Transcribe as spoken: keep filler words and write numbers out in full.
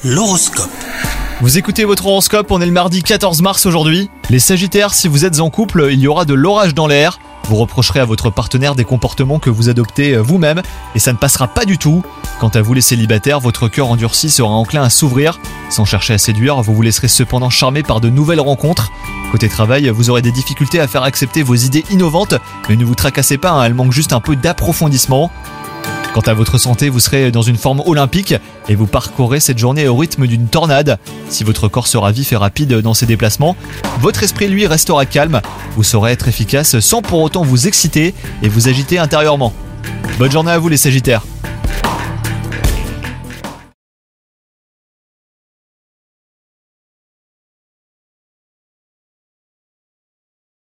L'horoscope. Vous écoutez votre horoscope, on est le mardi quatorze mars aujourd'hui. Les Sagittaires, si vous êtes en couple, il y aura de l'orage dans l'air. Vous reprocherez à votre partenaire des comportements que vous adoptez vous-même et ça ne passera pas du tout. Quant à vous les célibataires, votre cœur endurci sera enclin à s'ouvrir. Sans chercher à séduire, vous vous laisserez cependant charmer par de nouvelles rencontres. Côté travail, vous aurez des difficultés à faire accepter vos idées innovantes, mais ne vous tracassez pas, hein, elles manquent juste un peu d'approfondissement. Quant à votre santé, vous serez dans une forme olympique et vous parcourrez cette journée au rythme d'une tornade. Si votre corps sera vif et rapide dans ses déplacements, votre esprit lui restera calme. Vous saurez être efficace sans pour autant vous exciter et vous agiter intérieurement. Bonne journée à vous les Sagittaires.